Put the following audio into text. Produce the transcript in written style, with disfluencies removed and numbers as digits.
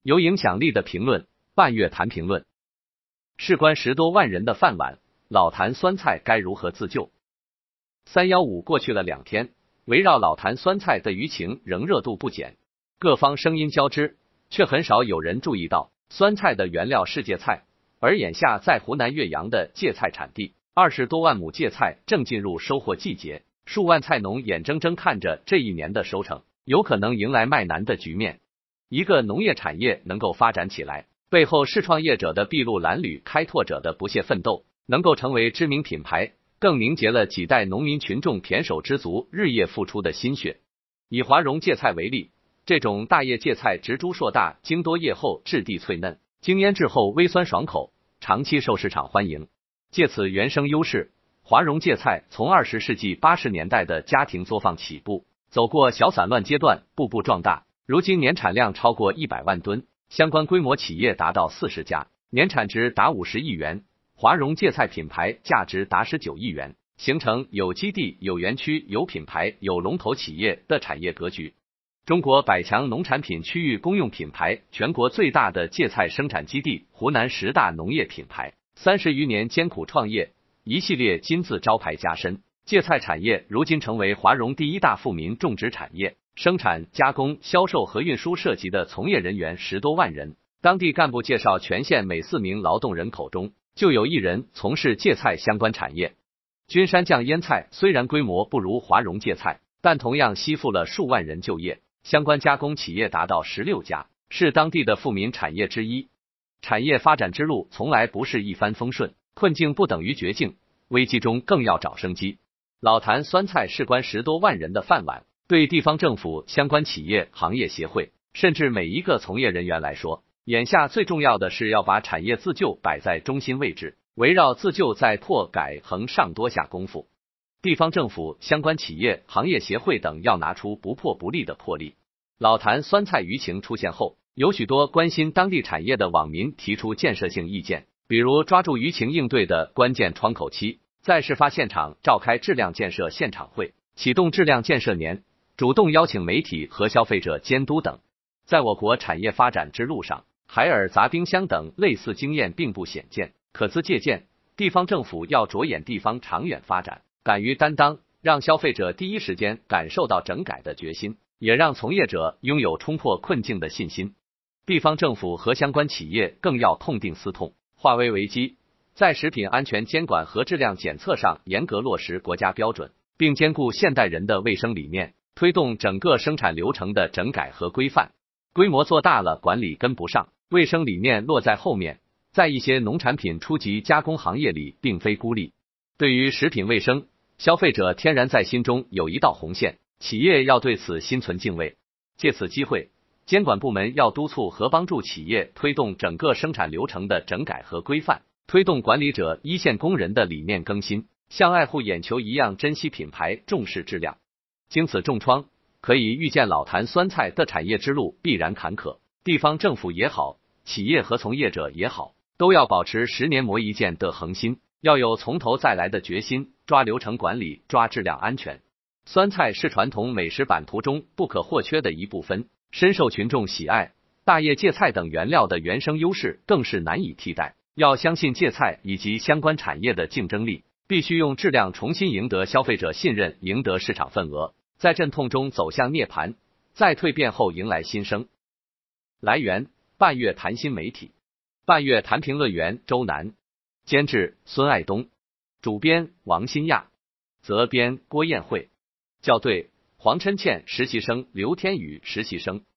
有影响力的评论，半月谈评论。事关10多万人的饭碗，老坛酸菜该如何自救？315过去了2天，围绕老坛酸菜的舆情仍热度不减，各方声音交织，却很少有人注意到酸菜的原料是芥菜，而眼下在湖南岳阳的芥菜产地，20多万亩芥菜正进入收获季节，数万菜农眼睁睁看着这一年的收成有可能迎来卖难的局面。一个农业产业能够发展起来，背后是创业者的筚路蓝缕，开拓者的不懈奋斗，能够成为知名品牌，更凝结了几代农民群众胼手知足日夜付出的心血。以华荣芥菜为例，这种大叶芥菜植株硕大，经多叶后质地脆嫩，经腌制后微酸爽口，长期受市场欢迎。借此原生优势，华荣芥菜从20世纪80年代的家庭作坊起步，走过小散乱阶段，步步壮大，如今年产量超过100万吨，相关规模企业达到40家，年产值达50亿元，华荣芥菜品牌价值达19亿元，形成有基地、有园区、有品牌、有龙头企业的产业格局。中国100强农产品区域公用品牌，全国最大的芥菜生产基地，湖南10大农业品牌，30余年艰苦创业，一系列金字招牌加身，芥菜产业如今成为华荣第1大富民种植产业，生产、加工、销售和运输涉及的从业人员10多万人。当地干部介绍，全县每4名劳动人口中就有1人从事芥菜相关产业。君山酱腌菜虽然规模不如华荣芥菜，但同样吸附了数万人就业，相关加工企业达到16家，是当地的富民产业之一。产业发展之路从来不是一帆风顺，困境不等于绝境，危机中更要找生机。老坛酸菜事关10多万人的饭碗，对地方政府、相关企业、行业协会，甚至每一个从业人员来说，眼下最重要的是要把产业自救摆在中心位置，围绕自救在破改横上多下功夫。地方政府、相关企业、行业协会等要拿出不破不立的魄力。老坛酸菜舆情出现后，有许多关心当地产业的网民提出建设性意见，比如抓住舆情应对的关键窗口期，在事发现场召开质量建设现场会，启动质量建设年，主动邀请媒体和消费者监督等。在我国产业发展之路上，海尔砸冰箱等类似经验并不鲜见，可资借鉴。地方政府要着眼地方长远发展，敢于担当，让消费者第一时间感受到整改的决心，也让从业者拥有冲破困境的信心。地方政府和相关企业更要痛定思痛，化危为机，在食品安全监管和质量检测上严格落实国家标准，并兼顾现代人的卫生理念，推动整个生产流程的整改和规范。规模做大了，管理跟不上，卫生理念落在后面，在一些农产品初级加工行业里并非孤立。对于食品卫生，消费者天然在心中有一道红线，企业要对此心存敬畏。借此机会，监管部门要督促和帮助企业推动整个生产流程的整改和规范，推动管理者、一线工人的理念更新，像爱护眼球一样珍惜品牌、重视质量。经此重创，可以预见老坛酸菜的产业之路必然坎坷，地方政府也好，企业和从业者也好，都要保持10年磨一剑的恒心，要有从头再来的决心，抓流程管理，抓质量安全。酸菜是传统美食版图中不可或缺的一部分，深受群众喜爱，大叶芥菜等原料的原生优势更是难以替代。要相信芥菜以及相关产业的竞争力，必须用质量重新赢得消费者信任，赢得市场份额，在阵痛中走向涅槃，在蜕变后迎来新生。来源：半月谈新媒体，半月谈评论员周楠，监制孙爱东，主编王新亚，责编郭艳慧，校对黄琛倩实习生，刘天宇实习生。